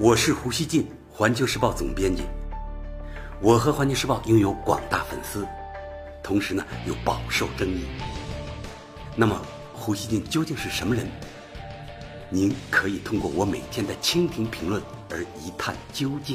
我是胡锡进，环球时报总编辑。我和环球时报拥有广大粉丝，同时呢又饱受争议。那么胡锡进究竟是什么人？您可以通过我每天的蜻蜓评论而一探究竟。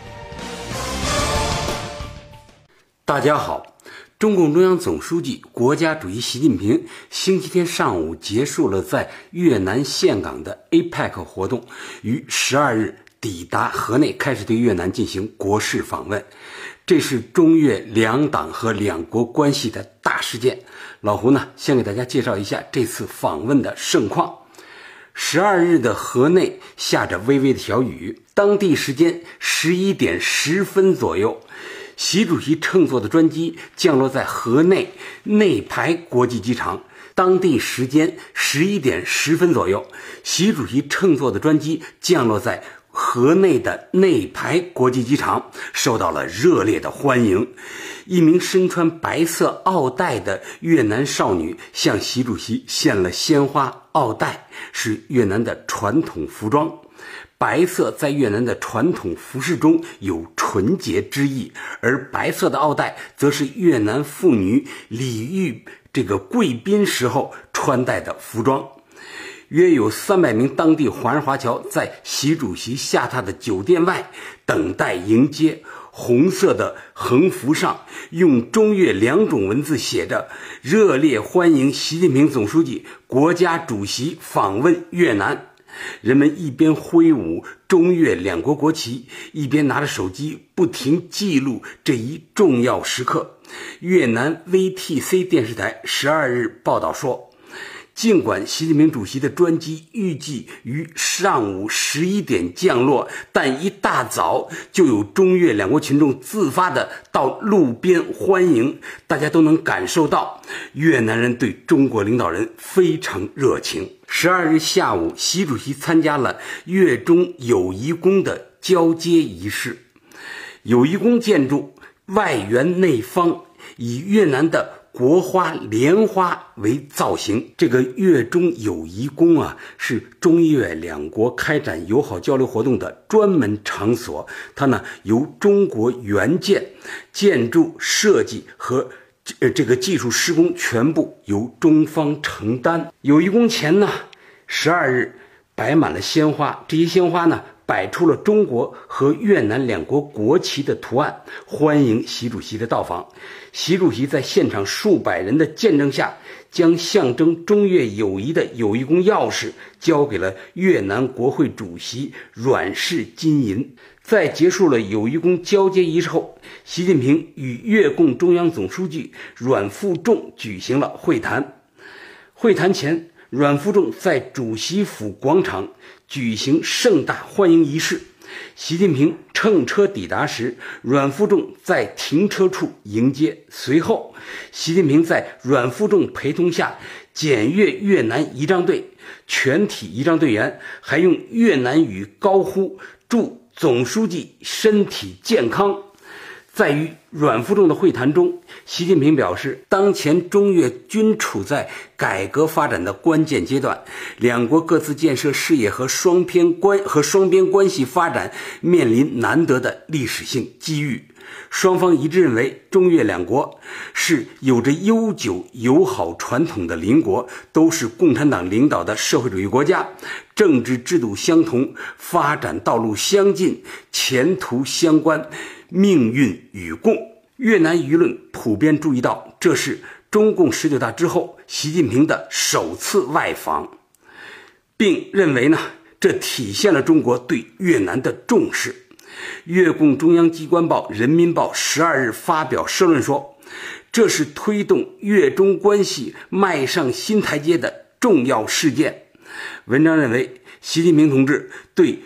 大家好，中共中央总书记、国家主席习近平星期天上午结束了在越南岘港的 APEC 活动，于12日抵达河内，开始对越南进行国事访问。这是中越两党和两国关系的大事件。老胡呢，先给大家介绍一下这次访问的盛况。12日的河内下着微微的小雨，当地时间11点10分左右，习主席乘坐的专机降落在河内内排国际机场。当地时间11点10分左右，习主席乘坐的专机降落在河内的内排国际机场，受到了热烈的欢迎。一名身穿白色奥带的越南少女向习主席献了鲜花。奥带是越南的传统服装，白色在越南的传统服饰中有纯洁之意，而白色的奥带则是越南妇女礼遇贵宾时候穿戴的服装。约有300名当地华人华侨在习主席下榻的酒店外等待迎接，红色的横幅上用中越2种文字写着“热烈欢迎习近平总书记、国家主席访问越南”。人们一边挥舞中越两国国旗，一边拿着手机不停记录这一重要时刻。越南 VTC 电视台12日报道说，尽管习近平主席的专机预计于上午11点降落，但一大早就有中越两国群众自发的到路边欢迎，大家都能感受到越南人对中国领导人非常热情。12日下午，习主席参加了越中友谊宫的交接仪式。友谊宫建筑外圆内方，以越南的国花莲花为造型。这个越中友谊宫啊，是中越两国开展友好交流活动的专门场所。它呢由中国援建，建筑设计和技术施工全部由中方承担。友谊宫前呢，12日摆满了鲜花，这些鲜花呢摆出了中国和越南两国国旗的图案，欢迎习主席的到访。习主席在现场数百人的见证下，将象征中越友谊的友谊宫钥匙交给了越南国会主席阮氏金银。在结束了友谊宫交接仪式后，习近平与越共中央总书记阮富仲举行了会谈。会谈前，阮富仲在主席府广场举行盛大欢迎仪式。习近平乘车抵达时，阮富仲在停车处迎接。随后，习近平在阮富仲陪同下检阅越南仪仗队，全体仪仗队员还用越南语高呼“祝总书记身体健康”。在与阮富仲的会谈中，习近平表示，当前中越均处在改革发展的关键阶段，两国各自建设事业和双边关系发展面临难得的历史性机遇。双方一致认为，中越两国是有着悠久友好传统的邻国，都是共产党领导的社会主义国家，政治制度相同，发展道路相近，前途相关，命运与共。越南舆论普遍注意到，这是中共19大之后习近平的首次外访，并认为呢，这体现了中国对越南的重视。越共中央机关报《人民报》12日发表社论说，这是推动越中关系迈上新台阶的重要事件。文章认为，习近平同志对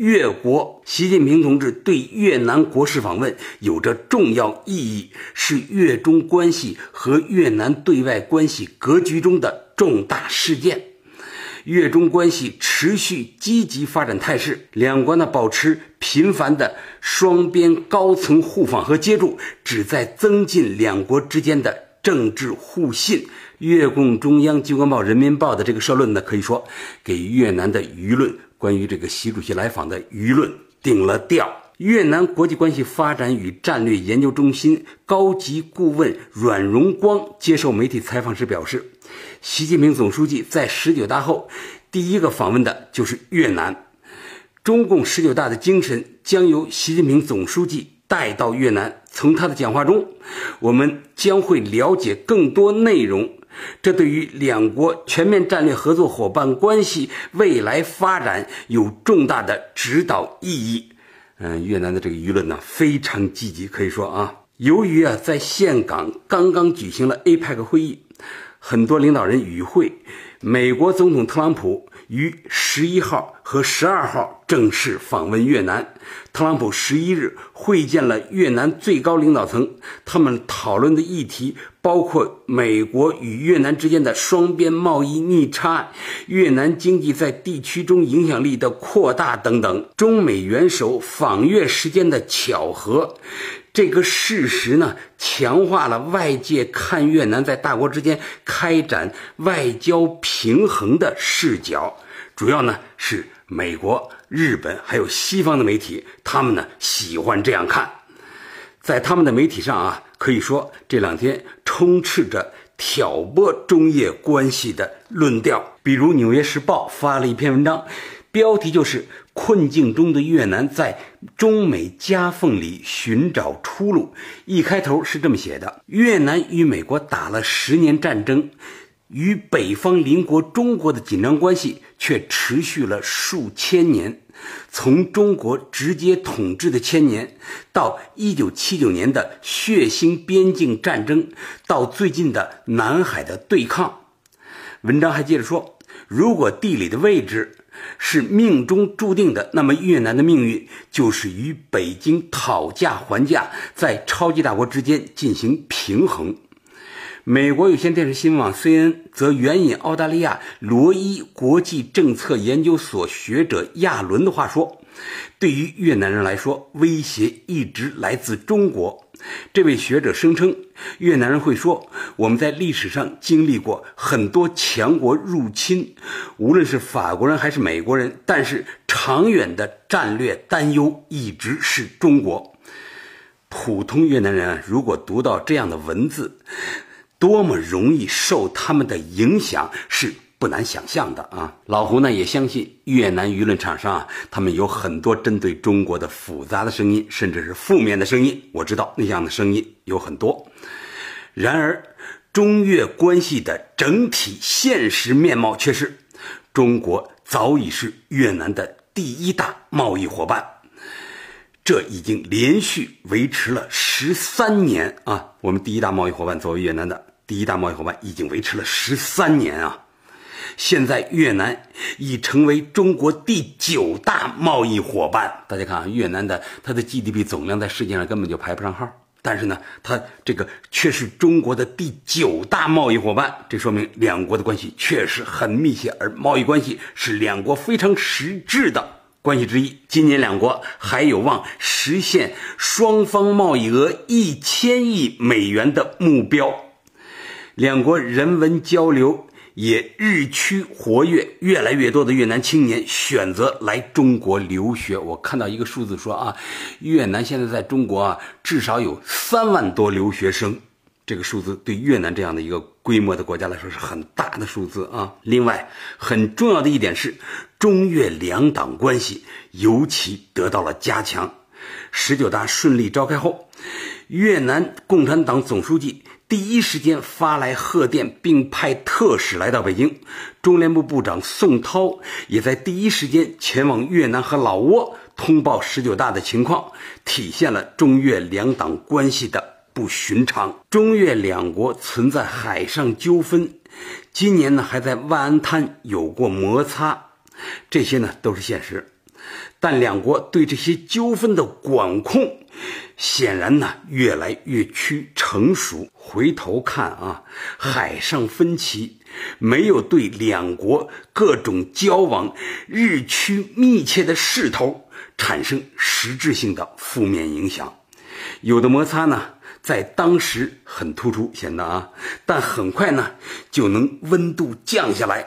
越南国事访问有着重要意义，是越中关系和越南对外关系格局中的重大事件。越中关系持续积极发展态势，两国呢保持频繁的双边高层互访和接触，旨在增进两国之间的政治互信。越共中央机关报《人民报》的这个社论呢，可以说给越南的舆论关于这个习主席来访的舆论顶了调。越南国际关系发展与战略研究中心高级顾问阮荣光接受媒体采访时表示，习近平总书记在19大后第一个访问的就是越南。中共19大的精神将由习近平总书记带到越南，从他的讲话中，我们将会了解更多内容，这对于两国全面战略合作伙伴关系未来发展有重大的指导意义。越南的这个舆论呢非常积极，可以说啊，由于在岘港刚刚举行了 APEC 会议，很多领导人与会，美国总统特朗普于11号和12号正式访问越南。特朗普11日会见了越南最高领导层，他们讨论的议题包括美国与越南之间的双边贸易逆差、越南经济在地区中影响力的扩大等等。中美元首访越时间的巧合，这个事实呢，强化了外界看越南在大国之间开展外交平衡的视角。主要呢是美国、日本还有西方的媒体，他们呢喜欢这样看。在他们的媒体上啊，可以说这两天充斥着挑拨中越关系的论调。比如《纽约时报》发了一篇文章，标题就是困境中的越南在中美夹缝里寻找出路。一开头是这么写的：越南与美国打了10年战争，与北方邻国中国的紧张关系却持续了数千年，从中国直接统治的千年，到1979年的血腥边境战争，到最近的南海的对抗。文章还接着说，如果地理的位置是命中注定的，那么越南的命运就是与北京讨价还价，在超级大国之间进行平衡。美国有线电视新闻网 CNN 则援引澳大利亚罗伊国际政策研究所学者亚伦的话说，对于越南人来说，威胁一直来自中国。这位学者声称，越南人会说，我们在历史上经历过很多强国入侵，无论是法国人还是美国人，但是长远的战略担忧一直是中国。普通越南人如果读到这样的文字，多么容易受他们的影响是不难想象的啊！老胡呢也相信越南舆论场上他们有很多针对中国的复杂的声音，甚至是负面的声音，我知道那样的声音有很多。然而中越关系的整体现实面貌却是，中国早已是越南的第一大贸易伙伴，这已经连续维持了13年啊！我们第一大贸易伙伴作为越南的第一大贸易伙伴已经维持了13年啊！现在越南已成为中国第9大贸易伙伴。大家看啊，越南的它的 GDP 总量在世界上根本就排不上号，但是呢，它这个却是中国的第9大贸易伙伴，这说明两国的关系确实很密切，而贸易关系是两国非常实质的关系之一。今年两国还有望实现双方贸易额1000亿美元的目标。两国人文交流也日趋活跃，越来越多的越南青年选择来中国留学。我看到一个数字说啊，越南现在在中国啊至少有3万多留学生，这个数字对越南这样的一个规模的国家来说是很大的数字啊。另外很重要的一点是，中越两党关系尤其得到了加强。19大顺利召开后，越南共产党总书记第一时间发来贺电，并派特使来到北京。中联部部长宋涛也在第一时间前往越南和老挝通报19大的情况，体现了中越两党关系的不寻常。中越两国存在海上纠纷，今年呢还在万安滩有过摩擦，这些呢都是现实。但两国对这些纠纷的管控显然呢越来越趋成熟。回头看啊，海上分歧没有对两国各种交往日趋密切的势头产生实质性的负面影响。有的摩擦呢在当时很突出显得但很快呢就能温度降下来，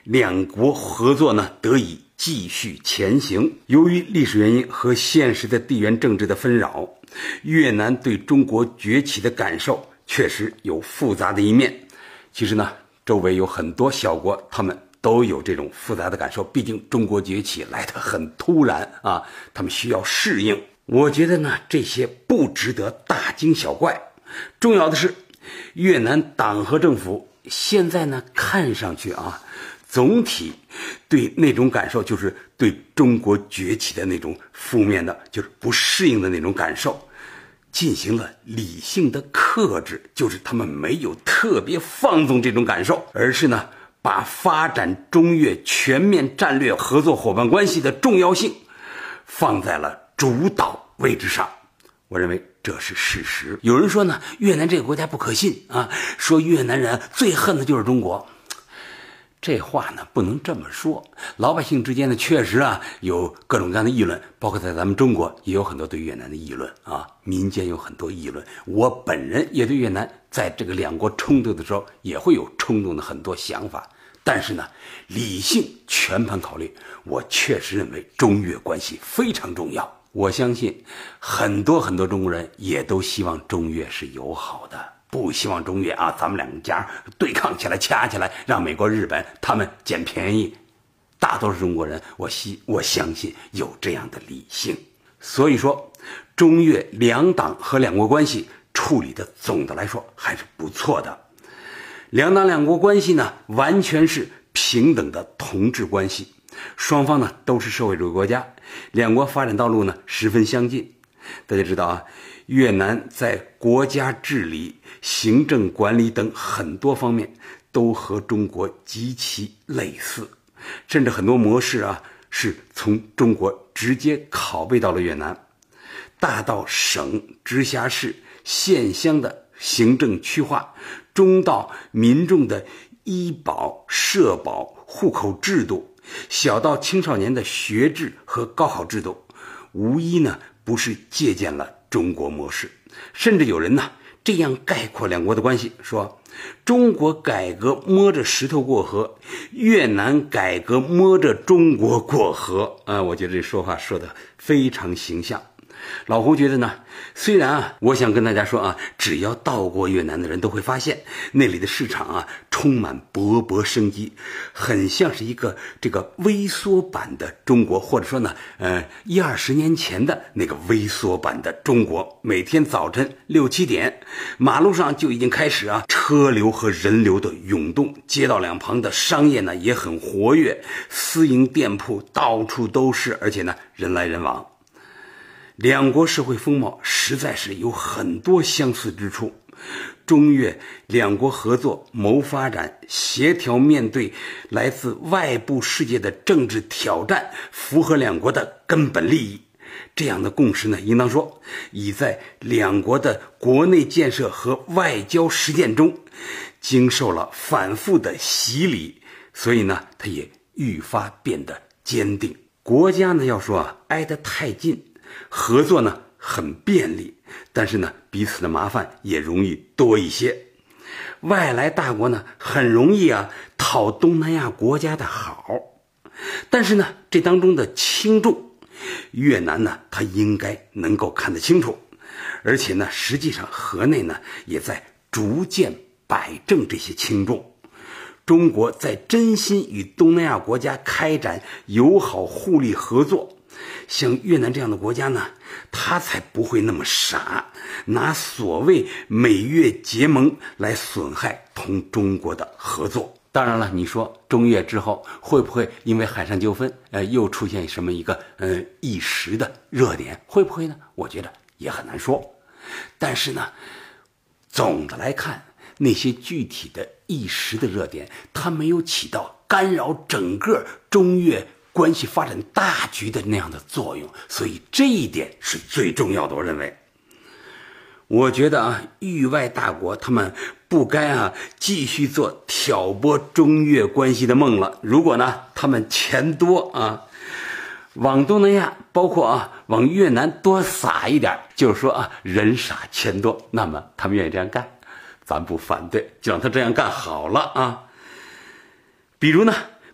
两国合作呢得以继续前行。由于历史原因和现实的地缘政治的纷扰，越南对中国崛起的感受确实有复杂的一面。其实呢，周围有很多小国，他们都有这种复杂的感受，毕竟中国崛起来得很突然啊，他们需要适应。我觉得呢，这些不值得大惊小怪。重要的是，越南党和政府现在呢，看上去啊，总体对那种感受，就是对中国崛起的那种负面的，就是不适应的那种感受，进行了理性的克制，就是他们没有特别放纵这种感受，而是呢，把发展中越全面战略合作伙伴关系的重要性放在了主导位置上。我认为这是事实。有人说呢，越南这个国家不可信啊，说越南人最恨的就是中国。这话呢不能这么说，老百姓之间呢确实啊有各种各样的议论，包括在咱们中国也有很多对越南的议论啊，民间有很多议论。我本人也对越南在这个两国冲突的时候也会有冲动的很多想法，但是呢，理性全盘考虑，我确实认为中越关系非常重要。我相信很多中国人也都希望中越是友好的，不希望中越啊咱们两家对抗起来掐起来，让美国日本他们捡便宜。大多数中国人我相信有这样的理性。所以说中越两党和两国关系处理的总的来说还是不错的。两党两国关系呢完全是平等的同治关系，双方呢都是社会主义国家，两国发展道路呢十分相近。大家知道啊，越南在国家治理、行政管理等很多方面都和中国极其类似，甚至很多模式啊是从中国直接拷贝到了越南。大到省、直辖市、县乡的行政区划，中到民众的医保、社保、户口制度，小到青少年的学制和高考制度，无一呢不是借鉴了中国模式。甚至有人呢这样概括两国的关系，说中国改革摸着石头过河，越南改革摸着中国过河我觉得这说话说得非常形象。老胡觉得呢，虽然啊，我想跟大家说啊，只要到过越南的人都会发现，那里的市场啊充满勃勃生机，很像是一个这个微缩版的中国，或者说呢，10-20年前的那个微缩版的中国。每天早晨6、7点，马路上就已经开始啊车流和人流的涌动，街道两旁的商业呢也很活跃，私营店铺到处都是，而且呢人来人往。两国社会风貌实在是有很多相似之处，中越两国合作谋发展，协调面对来自外部世界的政治挑战，符合两国的根本利益。这样的共识呢，应当说已在两国的国内建设和外交实践中经受了反复的洗礼，所以呢，它也愈发变得坚定。国家呢，要说啊，挨得太近，合作呢很便利，但是呢彼此的麻烦也容易多一些。外来大国呢很容易啊讨东南亚国家的好，但是呢这当中的轻重，越南呢它应该能够看得清楚，而且呢实际上河内呢也在逐渐摆正这些轻重。中国在真心与东南亚国家开展友好互利合作，像越南这样的国家呢，他才不会那么傻，拿所谓美越结盟来损害同中国的合作。当然了，你说中越之后会不会因为海上纠纷又出现什么一个一时的热点，会不会呢？我觉得也很难说。但是呢，总的来看，那些具体的一时的热点，它没有起到干扰整个中越关系发展大局的那样的作用，所以这一点是最重要的。我认为，我觉得啊，域外大国他们不该啊继续做挑拨中越关系的梦了。如果呢他们钱多啊，往东南亚包括啊往越南多撒一点，就是说啊人傻钱多，那么他们愿意这样干，咱不反对，就让他这样干好了啊。比如呢，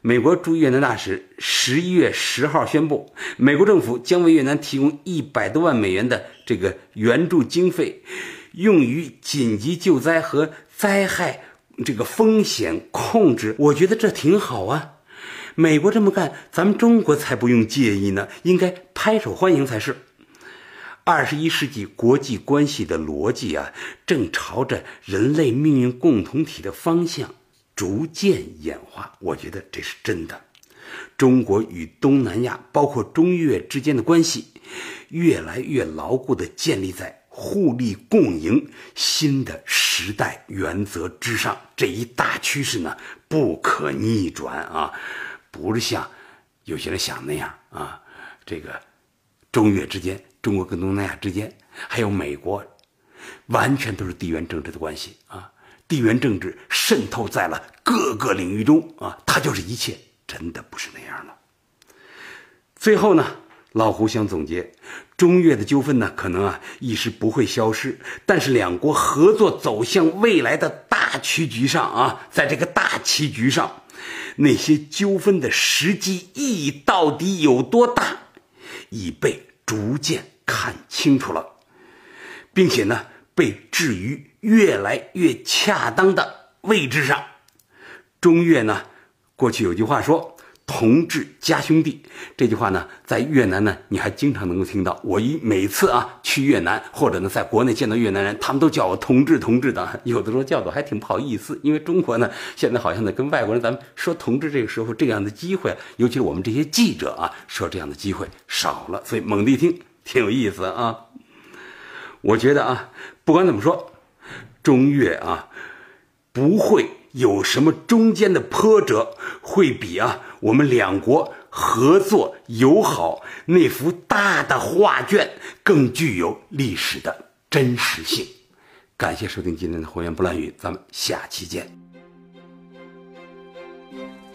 美国驻越南大使11月10号宣布，美国政府将为越南提供100多万美元的这个援助经费，用于紧急救灾和灾害这个风险控制。我觉得这挺好啊。美国这么干，咱们中国才不用介意呢，应该拍手欢迎才是。21世纪国际关系的逻辑啊，正朝着人类命运共同体的方向逐渐演化，我觉得这是真的。中国与东南亚，包括中越之间的关系，越来越牢固地建立在互利共赢新的时代原则之上。这一大趋势呢，不可逆转啊，不是像有些人想那样啊，这个中越之间，中国跟东南亚之间，还有美国，完全都是地缘政治的关系啊。地缘政治渗透在了各个领域中啊，它就是一切，真的不是那样的。最后呢，老胡想总结，中越的纠纷呢，可能啊一时不会消失，但是两国合作走向未来的大棋局上啊，在这个大棋局上，那些纠纷的实际意义到底有多大，已被逐渐看清楚了，并且呢，被置于越来越恰当的位置上。中越呢，过去有句话说同志家兄弟，这句话呢，在越南呢，你还经常能够听到。我每次啊去越南，或者呢在国内见到越南人，他们都叫我同志同志的，有的时候叫的还挺不好意思，因为中国呢现在好像呢跟外国人咱们说同志这个时候这样的机会，尤其是我们这些记者啊说这样的机会少了，所以猛地一听挺有意思啊。我觉得啊，不管怎么说，中越啊不会有什么中间的波折，会比啊我们两国合作友好那幅大的画卷更具有历史的真实性。感谢收听今天的胡言不乱语，咱们下期见。